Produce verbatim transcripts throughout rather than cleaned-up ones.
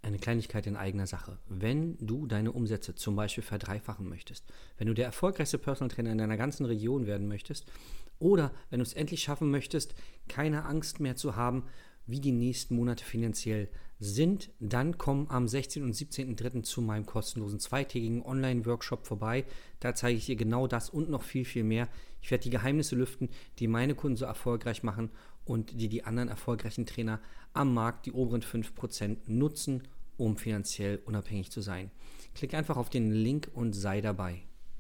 eine Kleinigkeit in eigener Sache. Wenn du deine Umsätze zum Beispiel verdreifachen möchtest, wenn du der erfolgreichste Personal Trainer in deiner ganzen Region werden möchtest oder wenn du es endlich schaffen möchtest, keine Angst mehr zu haben, wie die nächsten Monate finanziell sind, dann komm am sechzehnten und siebzehnten dritten zu meinem kostenlosen zweitägigen Online-Workshop vorbei. Da zeige ich dir genau das und noch viel, viel mehr. Ich werde die Geheimnisse lüften, die meine Kunden so erfolgreich machen und die die anderen erfolgreichen Trainer am Markt, die oberen fünf Prozent, nutzen, um finanziell unabhängig zu sein. Klick einfach auf den Link und sei dabei.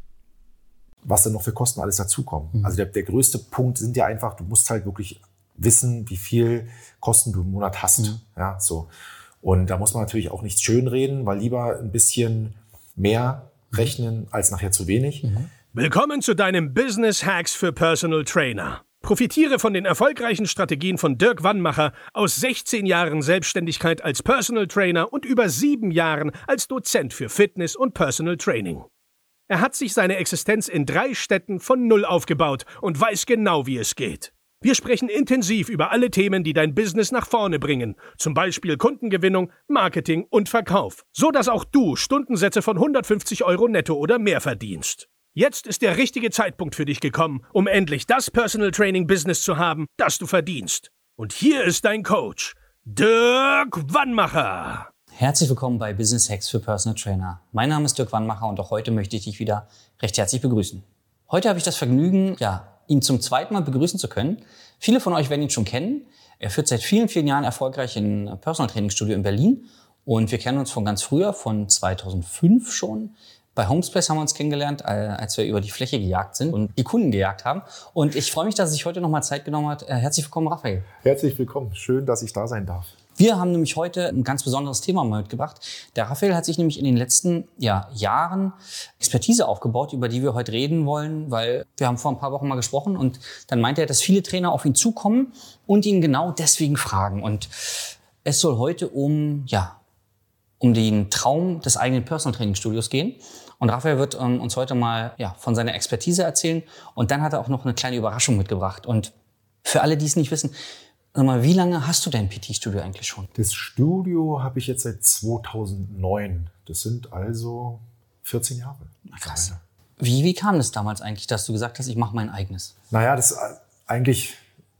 Was dann noch für Kosten alles dazukommen. Mhm. Also der, der größte Punkt sind ja einfach, du musst halt wirklich wissen, wie viel Kosten du im Monat hast. Mhm. Ja, so. Und da muss man natürlich auch nichts schönreden, weil lieber ein bisschen mehr rechnen als nachher zu wenig. Mhm. Willkommen zu deinem Business Hacks für Personal Trainer. Profitiere von den erfolgreichen Strategien von Dirk Wannmacher aus sechzehn Jahren Selbstständigkeit als Personal Trainer und über sieben Jahren als Dozent für Fitness und Personal Training. Er hat sich seine Existenz in drei Städten von Null aufgebaut und weiß genau, wie es geht. Wir sprechen intensiv über alle Themen, die dein Business nach vorne bringen, zum Beispiel Kundengewinnung, Marketing und Verkauf, so dass auch du Stundensätze von hundertfünfzig Euro netto oder mehr verdienst. Jetzt ist der richtige Zeitpunkt für dich gekommen, um endlich das Personal Training Business zu haben, das du verdienst. Und hier ist dein Coach, Dirk Wannmacher. Herzlich willkommen bei Business Hacks für Personal Trainer. Mein Name ist Dirk Wannmacher und auch heute möchte ich dich wieder recht herzlich begrüßen. Heute habe ich das Vergnügen, ja, ihn zum zweiten Mal begrüßen zu können. Viele von euch werden ihn schon kennen. Er führt seit vielen, vielen Jahren erfolgreich ein Personal Training Studio in Berlin und wir kennen uns von ganz früher, von zweitausendfünf schon. Bei Homesplace haben wir uns kennengelernt, als wir über die Fläche gejagt sind und die Kunden gejagt haben. Und ich freue mich, dass er sich heute nochmal Zeit genommen hat. Herzlich willkommen, Raphael. Herzlich willkommen. Schön, dass ich da sein darf. Wir haben nämlich heute ein ganz besonderes Thema mal mitgebracht. Der Raphael hat sich nämlich in den letzten ja, Jahren Expertise aufgebaut, über die wir heute reden wollen, weil wir haben vor ein paar Wochen mal gesprochen und dann meinte er, dass viele Trainer auf ihn zukommen und ihn genau deswegen fragen. Und es soll heute um, ja, um den Traum des eigenen Personal Training Studios gehen. Und Raphael wird ähm, uns heute mal ja, von seiner Expertise erzählen und dann hat er auch noch eine kleine Überraschung mitgebracht. Und für alle, die es nicht wissen, sag mal, wie lange hast du dein P T-Studio eigentlich schon? Das Studio habe ich jetzt seit zweitausendneun. Das sind also vierzehn Jahre. Krass. Wie, wie kam es damals eigentlich, dass du gesagt hast, ich mache mein eigenes? Naja, das eigentlich,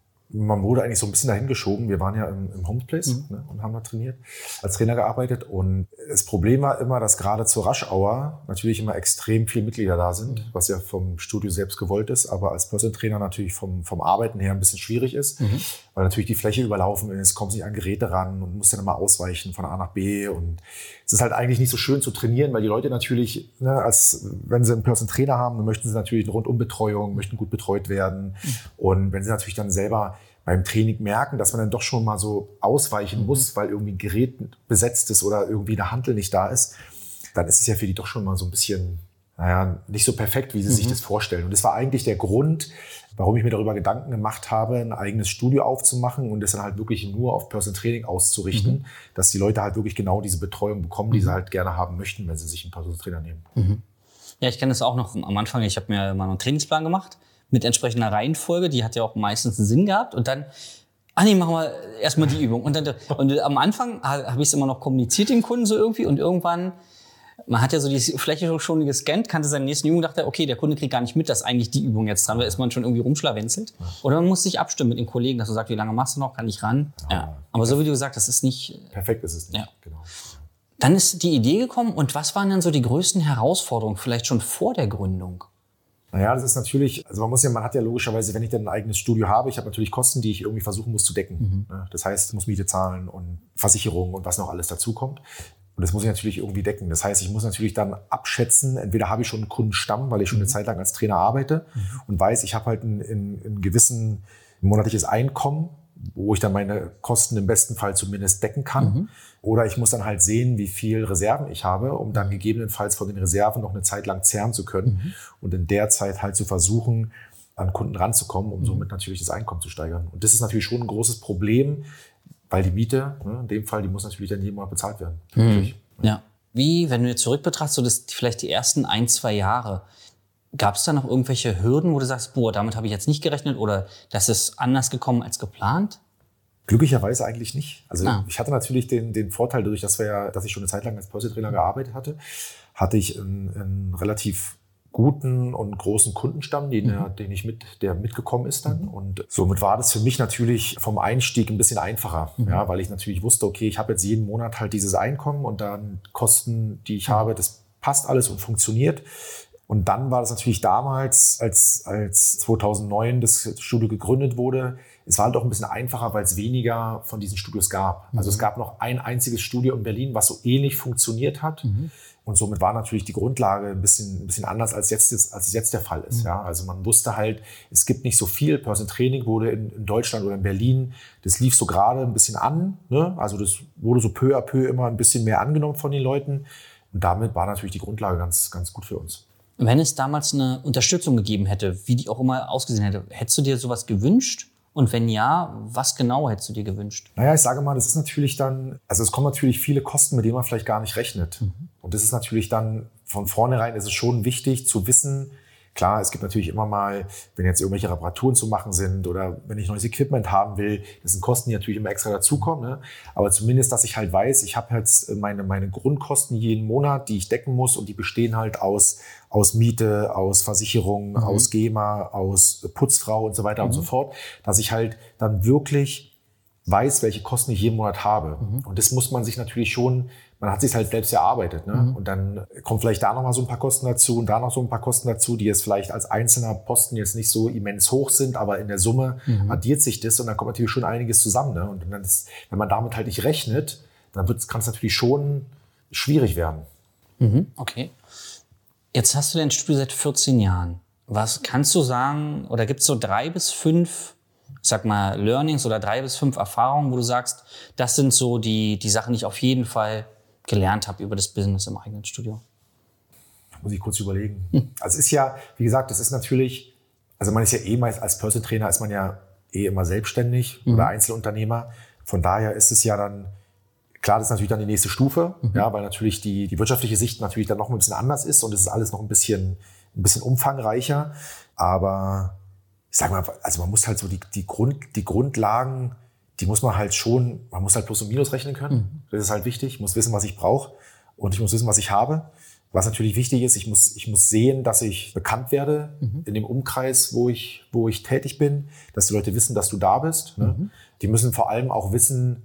man wurde eigentlich so ein bisschen dahin geschoben. Wir waren ja im, im Homesplace mhm. ne, und haben da trainiert, als Trainer gearbeitet. Und das Problem war immer, dass gerade zur Rush-Hour natürlich immer extrem viele Mitglieder da sind, mhm. was ja vom Studio selbst gewollt ist, aber als Personal Trainer natürlich vom, vom Arbeiten her ein bisschen schwierig ist, mhm. weil natürlich die Fläche überlaufen ist, kommst nicht an Geräte ran und musst dann immer ausweichen von A nach B. Und es ist halt eigentlich nicht so schön zu trainieren, weil die Leute natürlich, ne, als wenn sie einen Personal Trainer haben, dann möchten sie natürlich eine Rundumbetreuung, möchten gut betreut werden. Mhm. Und wenn sie natürlich dann selber beim Training merken, dass man dann doch schon mal so ausweichen mhm. muss, weil irgendwie ein Gerät besetzt ist oder irgendwie eine Hantel nicht da ist, dann ist es ja für die doch schon mal so ein bisschen, naja, nicht so perfekt, wie sie mhm. sich das vorstellen. Und das war eigentlich der Grund, warum ich mir darüber Gedanken gemacht habe, ein eigenes Studio aufzumachen und das dann halt wirklich nur auf Personal Training auszurichten, mhm. dass die Leute halt wirklich genau diese Betreuung bekommen, die mhm. sie halt gerne haben möchten, wenn sie sich einen Personal Trainer nehmen. Mhm. Ja, ich kenne das auch noch am Anfang. Ich habe mir mal einen Trainingsplan gemacht mit entsprechender Reihenfolge, die hat ja auch meistens einen Sinn gehabt und dann, ah nee, machen wir erstmal die Übung. Und, dann, und am Anfang habe ich es immer noch kommuniziert dem Kunden so irgendwie und irgendwann, man hat ja so die Fläche schon gescannt, kannte seine nächsten Übung, dachte, okay, der Kunde kriegt gar nicht mit, dass eigentlich die Übung jetzt dran war, ist man schon irgendwie rumschlawenzelt. Oder man muss sich abstimmen mit den Kollegen, dass du sagst, wie lange machst du noch, kann ich ran? Ja. ja. Aber so wie du gesagt hast, das ist nicht... Perfekt ist es nicht, ja. genau. Dann ist die Idee gekommen und was waren denn so die größten Herausforderungen, vielleicht schon vor der Gründung? Naja, das ist natürlich, also man muss ja, man hat ja logischerweise, wenn ich dann ein eigenes Studio habe, ich habe natürlich Kosten, die ich irgendwie versuchen muss zu decken. Mhm. Das heißt, ich muss Miete zahlen und Versicherung und was noch alles dazukommt. Und das muss ich natürlich irgendwie decken. Das heißt, ich muss natürlich dann abschätzen, entweder habe ich schon einen Kundenstamm, weil ich schon eine Zeit lang als Trainer arbeite mhm. und weiß, ich habe halt ein, ein, ein gewissen monatliches Einkommen, wo ich dann meine Kosten im besten Fall zumindest decken kann. Mhm. Oder ich muss dann halt sehen, wie viel Reserven ich habe, um dann gegebenenfalls von den Reserven noch eine Zeit lang zehren zu können mhm. und in der Zeit halt zu versuchen, an Kunden ranzukommen, um mhm. somit natürlich das Einkommen zu steigern. Und das ist natürlich schon ein großes Problem, weil die Miete, ne, in dem Fall, die muss natürlich dann jeden Monat bezahlt werden. Mhm. Ja. Wie, wenn du jetzt zurück betrachtest, so das, vielleicht die ersten ein, zwei Jahre, gab es da noch irgendwelche Hürden, wo du sagst, boah, damit habe ich jetzt nicht gerechnet oder das ist anders gekommen als geplant? Glücklicherweise eigentlich nicht. Also Ah. ich hatte natürlich den, den Vorteil, dadurch, dass, wir ja, dass ich schon eine Zeit lang als Personal Trainer gearbeitet hatte, hatte ich einen, einen relativ guten und großen Kundenstamm, den, mhm. den ich mit, der mitgekommen ist dann. Mhm. Und somit war das für mich natürlich vom Einstieg ein bisschen einfacher, mhm. ja, weil ich natürlich wusste, okay, ich habe jetzt jeden Monat halt dieses Einkommen und dann Kosten, die ich mhm. habe, das passt alles und funktioniert. Und dann war das natürlich damals, als, als zweitausendneun das Studio gegründet wurde, es war halt auch ein bisschen einfacher, weil es weniger von diesen Studios gab. Mhm. Also es gab noch ein einziges Studio in Berlin, was so ähnlich funktioniert hat. Mhm. Und somit war natürlich die Grundlage ein bisschen, ein bisschen anders, als jetzt, als es jetzt der Fall ist. Mhm. Ja, also man wusste halt, es gibt nicht so viel. Personal Training wurde in, in Deutschland oder in Berlin, das lief so gerade ein bisschen an. Ne? Also das wurde so peu à peu immer ein bisschen mehr angenommen von den Leuten. Und damit war natürlich die Grundlage ganz, ganz gut für uns. Wenn es damals eine Unterstützung gegeben hätte, wie die auch immer ausgesehen hätte, hättest du dir sowas gewünscht? Und wenn ja, was genau hättest du dir gewünscht? Naja, ich sage mal, das ist natürlich dann, also es kommen natürlich viele Kosten, mit denen man vielleicht gar nicht rechnet. Mhm. Und das ist natürlich dann, von vornherein ist es schon wichtig zu wissen, klar, es gibt natürlich immer mal, wenn jetzt irgendwelche Reparaturen zu machen sind oder wenn ich neues Equipment haben will, das sind Kosten, die natürlich immer extra dazukommen. Ne? Aber zumindest, dass ich halt weiß, ich habe jetzt meine, meine Grundkosten jeden Monat, die ich decken muss und die bestehen halt aus, aus Miete, aus Versicherung, mhm. aus GEMA, aus Putzfrau und so weiter mhm. und so fort, dass ich halt dann wirklich weiß, welche Kosten ich jeden Monat habe. Mhm. Und das muss man sich natürlich schon, man hat sich halt selbst erarbeitet. Ne? Mhm. Und dann kommt vielleicht da noch mal so ein paar Kosten dazu und da noch so ein paar Kosten dazu, die jetzt vielleicht als einzelner Posten jetzt nicht so immens hoch sind, aber in der Summe mhm. addiert sich das und dann kommt natürlich schon einiges zusammen. Ne? Und dann ist, wenn man damit halt nicht rechnet, dann kann es natürlich schon schwierig werden. Mhm. Okay. Jetzt hast du dein Studio seit vierzehn Jahren. Was kannst du sagen, oder gibt es so drei bis fünf, ich sag mal, Learnings oder drei bis fünf Erfahrungen, wo du sagst, das sind so die, die Sachen, die ich auf jeden Fall gelernt habe über das Business im eigenen Studio? Muss ich kurz überlegen. Hm. Also es ist ja, wie gesagt, das ist natürlich, also man ist ja eh meist, als Personal Trainer ist man ja eh immer selbstständig mhm. oder Einzelunternehmer. Von daher ist es ja dann, klar, das ist natürlich dann die nächste Stufe, mhm. ja, weil natürlich die, die wirtschaftliche Sicht natürlich dann noch ein bisschen anders ist und es ist alles noch ein bisschen, ein bisschen umfangreicher. Aber ich sag mal, also man muss halt so die, die, Grund, die Grundlagen, die muss man halt schon, man muss halt Plus und Minus rechnen können. Mhm. Das ist halt wichtig. Ich muss wissen, was ich brauche und ich muss wissen, was ich habe. Was natürlich wichtig ist, ich muss, ich muss sehen, dass ich bekannt werde mhm. in dem Umkreis, wo ich, wo ich tätig bin, dass die Leute wissen, dass du da bist. Ne? Mhm. Die müssen vor allem auch wissen,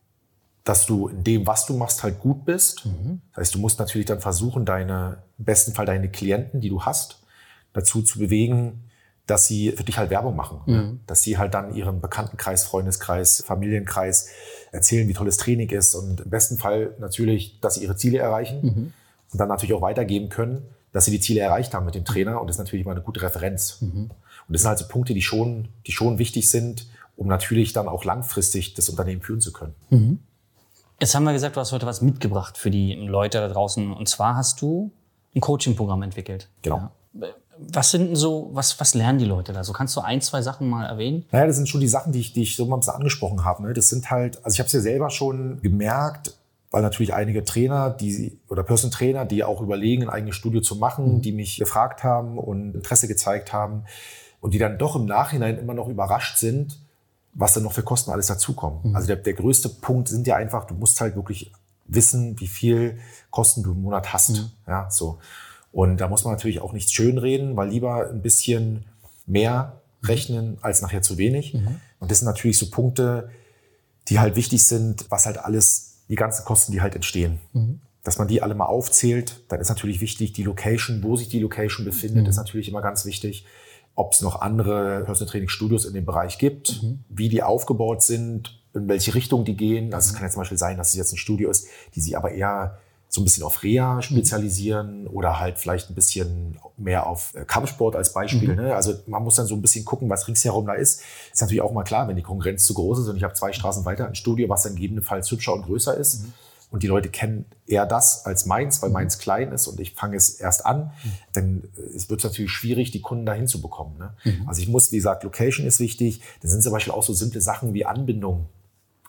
dass du in dem, was du machst, halt gut bist. Mhm. Das heißt, du musst natürlich dann versuchen, deine, im besten Fall deine Klienten, die du hast, dazu zu bewegen, dass sie für dich halt Werbung machen. Mhm. Dass sie halt dann ihrem Bekanntenkreis, Freundeskreis, Familienkreis erzählen, wie toll das Training ist und im besten Fall natürlich, dass sie ihre Ziele erreichen mhm. und dann natürlich auch weitergeben können, dass sie die Ziele erreicht haben mit dem Trainer und das ist natürlich immer eine gute Referenz. Mhm. Und das sind halt so Punkte, die schon, die schon wichtig sind, um natürlich dann auch langfristig das Unternehmen führen zu können. Mhm. Jetzt haben wir gesagt, du hast heute was mitgebracht für die Leute da draußen und zwar hast du ein Coaching-Programm entwickelt. Genau. Ja. Was sind denn so, was, was lernen die Leute da? So kannst du ein, zwei Sachen mal erwähnen? Naja, das sind schon die Sachen, die ich, die ich so mal ein bisschen angesprochen habe. Ne? Das sind halt, also ich habe es ja selber schon gemerkt, weil natürlich einige Trainer, die oder Personal Trainer, die auch überlegen, ein eigenes Studio zu machen, mhm. die mich gefragt haben und Interesse gezeigt haben und die dann doch im Nachhinein immer noch überrascht sind, was dann noch für Kosten alles dazukommen. Mhm. Also der, der größte Punkt sind ja einfach, du musst halt wirklich wissen, wie viel Kosten du im Monat hast. Mhm. Ja, so. Und da muss man natürlich auch nichts schönreden, weil lieber ein bisschen mehr rechnen als nachher zu wenig. Mhm. Und das sind natürlich so Punkte, die halt wichtig sind, was halt alles, die ganzen Kosten, die halt entstehen. Mhm. Dass man die alle mal aufzählt, dann ist natürlich wichtig, die Location, wo sich die Location befindet, mhm. ist natürlich immer ganz wichtig. Ob es noch andere Personal Training Studios in dem Bereich gibt, mhm. wie die aufgebaut sind, in welche Richtung die gehen. Also es kann ja zum Beispiel sein, dass es jetzt ein Studio ist, die sich aber eher so ein bisschen auf Reha spezialisieren mhm. oder halt vielleicht ein bisschen mehr auf Kampfsport als Beispiel. Mhm. Ne? Also man muss dann so ein bisschen gucken, was ringsherum da ist. Ist natürlich auch mal klar, wenn die Konkurrenz zu groß ist und ich habe zwei Straßen weiter ein Studio, was dann gegebenenfalls hübscher und größer ist mhm. und die Leute kennen eher das als meins, weil mhm. meins klein ist und ich fange es erst an, mhm. dann wird es natürlich schwierig, die Kunden dahin zu bekommen. Ne? Mhm. Also ich muss, wie gesagt, Location ist wichtig. Dann sind zum Beispiel auch so simple Sachen wie Anbindung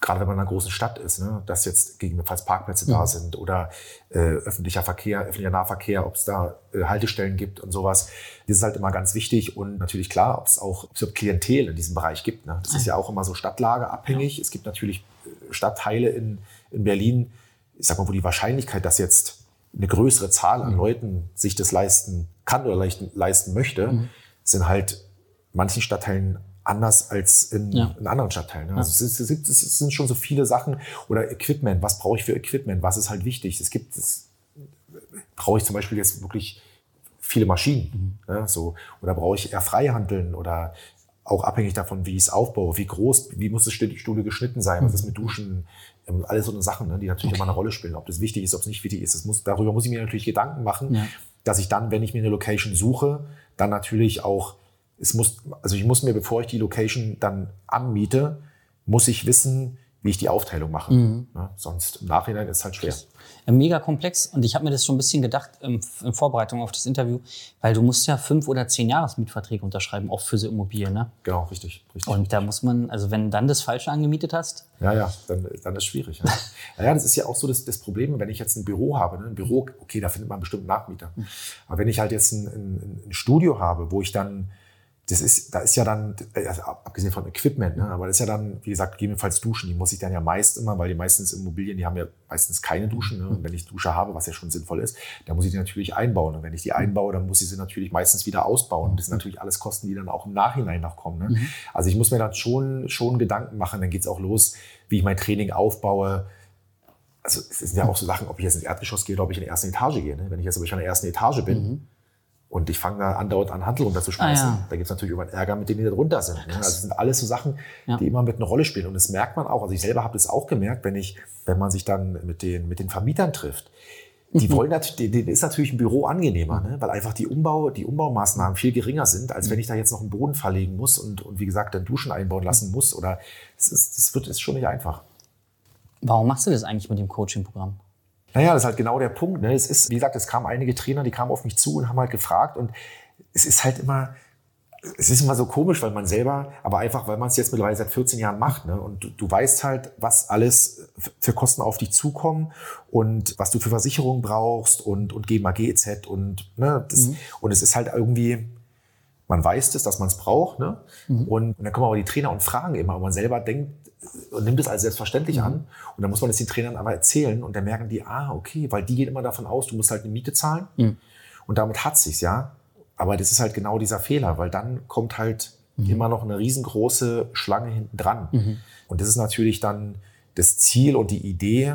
gerade wenn man in einer großen Stadt ist, ne, dass jetzt gegebenenfalls Parkplätze mhm. da sind oder äh, öffentlicher Verkehr, öffentlicher Nahverkehr, ob es da äh, Haltestellen gibt und sowas. Das ist halt immer ganz wichtig und natürlich klar, ob es auch ob es Klientel in diesem Bereich gibt. Ne. Das ist ja auch immer so stadtlageabhängig. Ja. Es gibt natürlich Stadtteile in, in Berlin, ich sag mal, wo die Wahrscheinlichkeit, dass jetzt eine größere Zahl an mhm. Leuten sich das leisten kann oder leisten, leisten möchte, mhm. sind halt in manchen Stadtteilen anders als in, ja. in anderen Stadtteilen. Also ja. es, ist, es, es sind schon so viele Sachen. Oder Equipment, was brauche ich für Equipment, was ist halt wichtig? Es gibt, es, brauche ich zum Beispiel jetzt wirklich viele Maschinen. Mhm. Ne, so. Oder brauche ich eher Freihandeln oder auch abhängig davon, wie ich es aufbaue, wie groß, wie muss das Studio geschnitten sein, was ist mit Duschen, alles so eine Sachen, ne, die natürlich okay. immer eine Rolle spielen, ob das wichtig ist, ob es nicht wichtig ist. Das muss, darüber muss ich mir natürlich Gedanken machen, ja. dass ich dann, wenn ich mir eine Location suche, dann natürlich auch, es muss, also ich muss mir, bevor ich die Location dann anmiete, muss ich wissen, wie ich die Aufteilung mache. Mhm. Ne, sonst im Nachhinein ist es halt schwer. Mega komplex und ich habe mir das schon ein bisschen gedacht in, in Vorbereitung auf das Interview, weil du musst ja fünf oder zehn Jahresmietverträge unterschreiben, auch für so Immobilien, ne? Genau, richtig, richtig. Und da muss man, also wenn du dann das Falsche angemietet hast? Ja, ja, dann, dann ist es schwierig. Ja. Naja, das ist ja auch so das, das Problem, wenn ich jetzt ein Büro habe, ne? Ein Büro, okay, da findet man bestimmt Nachmieter. Mhm. Aber wenn ich halt jetzt ein, ein, ein Studio habe, wo ich dann Das ist, da ist ja dann, also abgesehen von Equipment, ne, aber das ist ja dann, wie gesagt, gegebenenfalls Duschen. Die muss ich dann ja meist immer, weil die meistens Immobilien, die haben ja meistens keine Duschen. Ne, und wenn ich Dusche habe, was ja schon sinnvoll ist, dann muss ich die natürlich einbauen. Und wenn ich die einbaue, dann muss ich sie natürlich meistens wieder ausbauen. Das sind natürlich alles Kosten, die dann auch im Nachhinein noch kommen. Ne. Mhm. Also ich muss mir dann schon, schon Gedanken machen. Dann geht's auch los, wie ich mein Training aufbaue. Also es sind ja auch so Sachen, ob ich jetzt ins Erdgeschoss gehe oder ob ich in die erste Etage gehe. Ne. Wenn ich jetzt aber schon in der ersten Etage bin, mhm. und ich fange da andauernd an, Handel runterzuschmeißen. Ah, ja. Da gibt es natürlich irgendwann Ärger mit denen, die da drunter sind. Ne? Also das sind alles so Sachen, ja. die immer mit einer Rolle spielen. Und das merkt man auch. Also ich selber habe das auch gemerkt, wenn ich, wenn man sich dann mit den, mit den Vermietern trifft. Die mhm. wollen natürlich, denen ist natürlich ein Büro angenehmer, ne? Weil einfach die Umbau, die Umbaumaßnahmen viel geringer sind, als wenn ich da jetzt noch einen Boden verlegen muss und, und wie gesagt, dann Duschen einbauen lassen muss. Oder das ist, das wird, ist schon nicht einfach. Warum machst du das eigentlich mit dem Coaching-Programm? Naja, das ist halt genau der Punkt. Ne? Es ist, wie gesagt, es kamen einige Trainer, die kamen auf mich zu und haben halt gefragt. Und es ist halt immer, es ist immer so komisch, weil man selber, aber einfach, weil man es jetzt mittlerweile seit vierzehn Jahren macht. Ne? Und du, du weißt halt, was alles für Kosten auf dich zukommen und was du für Versicherungen brauchst und, und G M A G E Z. Und, ne, das, mhm. und es ist halt irgendwie, man weiß das, dass man es braucht. Ne? Mhm. Und, und dann kommen aber die Trainer und fragen immer. Und man selber denkt, und nimmt es als selbstverständlich mhm. an. Und dann muss man das den Trainern aber erzählen. Und dann merken die, ah, okay, weil die gehen immer davon aus, du musst halt eine Miete zahlen. Mhm. Und damit hat sich's, ja. Aber das ist halt genau dieser Fehler, weil dann kommt halt mhm. immer noch eine riesengroße Schlange hinten dran. Mhm. Und das ist natürlich dann das Ziel und die Idee,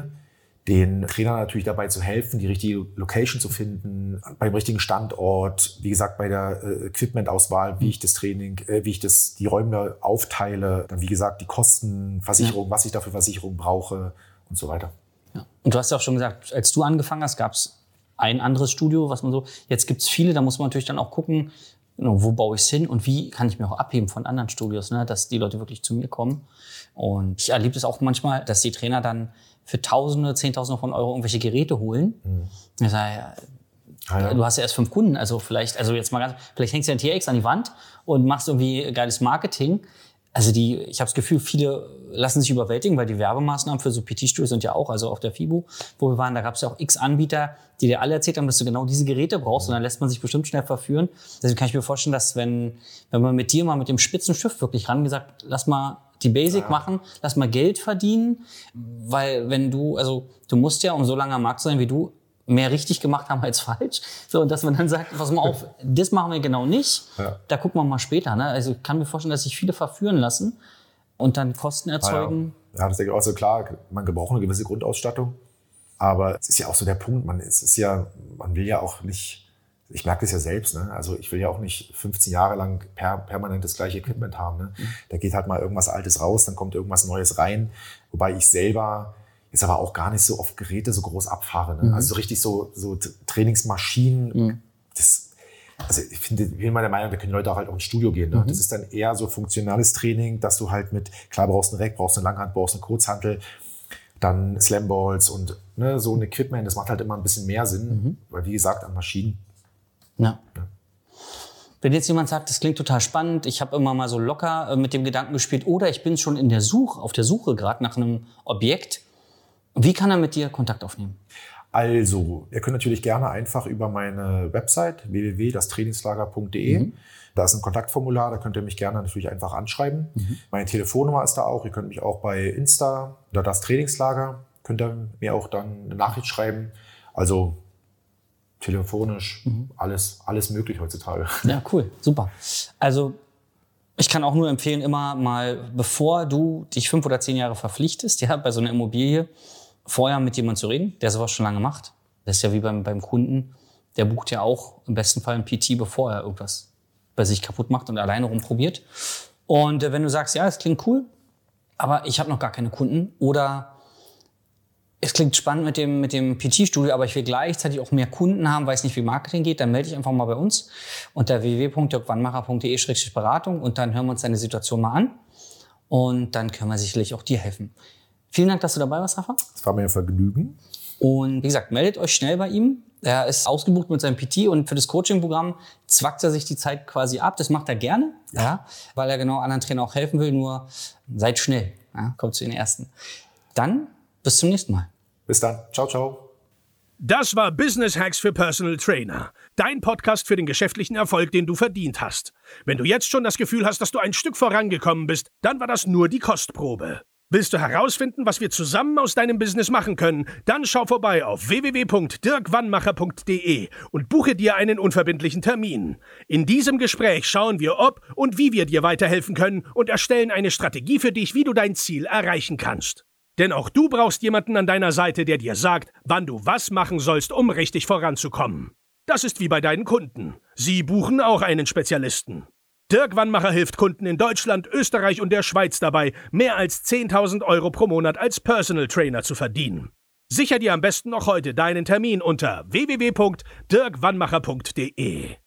den Trainern natürlich dabei zu helfen, die richtige Location zu finden, beim richtigen Standort, wie gesagt, bei der äh, Equipment-Auswahl, wie ich das Training, äh, wie ich das, die Räume aufteile, dann wie gesagt, die Kosten, Versicherung, ja. was ich da für Versicherung brauche und so weiter. Ja. Und du hast ja auch schon gesagt, als du angefangen hast, gab es ein anderes Studio, was man so, jetzt gibt es viele, da muss man natürlich dann auch gucken, wo baue ich es hin und wie kann ich mich auch abheben von anderen Studios, ne, dass die Leute wirklich zu mir kommen. Und ich erlebe das auch manchmal, dass die Trainer dann für Tausende, Zehntausende von Euro irgendwelche Geräte holen. Mhm. Ich sage, ah, ja. du hast ja erst fünf Kunden, also vielleicht, also jetzt mal ganz, vielleicht hängst du ein T X an die Wand und machst irgendwie geiles Marketing. Also die, ich habe das Gefühl, viele lassen sich überwältigen, weil die Werbemaßnahmen für so P T-Studios sind ja auch, also auf der FIBO, wo wir waren, da gab es ja auch x Anbieter, die dir alle erzählt haben, dass du genau diese Geräte brauchst, mhm. und dann lässt man sich bestimmt schnell verführen. Deswegen kann ich mir vorstellen, dass wenn, wenn man mit dir mal mit dem spitzen Stift wirklich ran gesagt, lass mal die Basic ja. machen, lass mal Geld verdienen, weil wenn du, also du musst ja, um so lange am Markt zu sein wie du, mehr richtig gemacht haben als falsch. So, und dass man dann sagt, pass mal auf, das machen wir genau nicht, ja. da gucken wir mal später. Ne? Also ich kann mir vorstellen, dass sich viele verführen lassen und dann Kosten erzeugen. Ja, ja das denke ich auch so. Klar, man braucht eine gewisse Grundausstattung, aber es ist ja auch so der Punkt, man, es ist ja, man will ja auch nicht, ich merke das ja selbst, ne? Also ich will ja auch nicht fünfzehn Jahre lang per, permanent das gleiche Equipment haben. Ne? Mhm. Da geht halt mal irgendwas Altes raus, dann kommt irgendwas Neues rein. Wobei ich selber jetzt aber auch gar nicht so oft Geräte so groß abfahre. Ne? Mhm. Also so richtig so, so Trainingsmaschinen, mhm. das, also ich finde, ich bin immer der Meinung, da können die Leute auch halt auch ins Studio gehen. Ne? Mhm. Das ist dann eher so funktionales Training, dass du halt mit, klar brauchst du einen Rack, brauchst du eine Langhand, brauchst du eine Kurzhantel, dann Slamballs und ne, so ein Equipment, das macht halt immer ein bisschen mehr Sinn, mhm. weil wie gesagt, an Maschinen. Ja. ja. Wenn jetzt jemand sagt, das klingt total spannend, ich habe immer mal so locker mit dem Gedanken gespielt oder ich bin schon in der Suche, auf der Suche gerade nach einem Objekt, wie kann er mit dir Kontakt aufnehmen? Also, ihr könnt natürlich gerne einfach über meine Website w w w punkt das trainingslager punkt d e, mhm. da ist ein Kontaktformular, da könnt ihr mich gerne natürlich einfach anschreiben. Mhm. Meine Telefonnummer ist da auch, ihr könnt mich auch bei Insta oder das Trainingslager, könnt ihr mir auch dann eine Nachricht schreiben. Also telefonisch, mhm. alles, alles möglich heutzutage. Ja, cool, super. Also ich kann auch nur empfehlen, immer mal, bevor du dich fünf oder zehn Jahre verpflichtest, ja, bei so einer Immobilie, vorher mit jemandem zu reden, der sowas schon lange macht. Das ist ja wie beim, beim Kunden, der bucht ja auch im besten Fall einen P T, bevor er irgendwas bei sich kaputt macht und alleine rumprobiert. Und äh, wenn du sagst, ja, das klingt cool, aber ich habe noch gar keine Kunden oder es klingt spannend mit dem, mit dem P T-Studio, aber ich will gleichzeitig auch mehr Kunden haben, weiß nicht, wie Marketing geht, dann melde dich einfach mal bei uns unter w w w punkt dirk wannmacher punkt d e slash beratung und dann hören wir uns deine Situation mal an und dann können wir sicherlich auch dir helfen. Vielen Dank, dass du dabei warst, Rafa. Es war mir ein Vergnügen. Und wie gesagt, meldet euch schnell bei ihm. Er ist ausgebucht mit seinem P T und für das Coaching-Programm zwackt er sich die Zeit quasi ab. Das macht er gerne, ja. Ja, weil er genau anderen Trainern auch helfen will. Nur seid schnell, ja, kommt zu den Ersten. Dann bis zum nächsten Mal. Bis dann. Ciao, ciao. Das war Business Hacks für Personal Trainer. Dein Podcast für den geschäftlichen Erfolg, den du verdient hast. Wenn du jetzt schon das Gefühl hast, dass du ein Stück vorangekommen bist, dann war das nur die Kostprobe. Willst du herausfinden, was wir zusammen aus deinem Business machen können? Dann schau vorbei auf w w w punkt dirk wannmacher punkt d e und buche dir einen unverbindlichen Termin. In diesem Gespräch schauen wir, ob und wie wir dir weiterhelfen können und erstellen eine Strategie für dich, wie du dein Ziel erreichen kannst. Denn auch du brauchst jemanden an deiner Seite, der dir sagt, wann du was machen sollst, um richtig voranzukommen. Das ist wie bei deinen Kunden. Sie buchen auch einen Spezialisten. Dirk Wannmacher hilft Kunden in Deutschland, Österreich und der Schweiz dabei, mehr als zehntausend Euro pro Monat als Personal Trainer zu verdienen. Sicher dir am besten noch heute deinen Termin unter w w w punkt dirk wannmacher punkt d e.